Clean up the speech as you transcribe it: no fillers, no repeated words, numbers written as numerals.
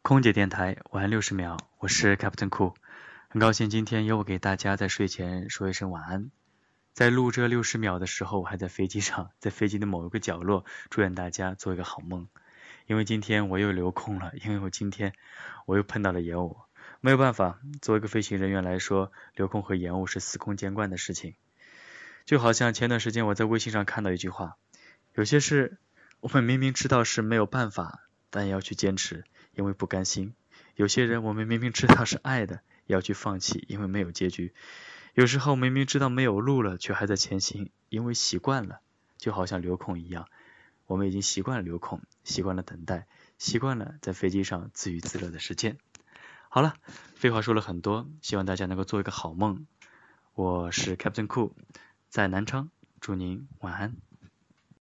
空姐电台晚60秒，我是 Captain Cool，很高兴今天由我给大家在睡前说一声晚安。在录这60秒的时候，我还在飞机上，在飞机的某一个角落，祝愿大家做一个好梦。因为今天我又留空了，因为今天我又碰到了延误，没有办法，作为一个飞行人员来说，留空和延误是司空见惯的事情。就好像前段时间我在微信上看到一句话，有些事我们明明知道是没有办法，但也要去坚持，因为不甘心。有些人我们明明知道是爱的，也要去放弃，因为没有结局。有时候明明知道没有路了，却还在前行，因为习惯了，就好像留空一样，我们已经习惯了留空，习惯了等待，习惯了在飞机上自娱自乐的时间。好了，废话说了很多，希望大家能够做一个好梦。我是 Captain Cool，在南昌，祝您晚安。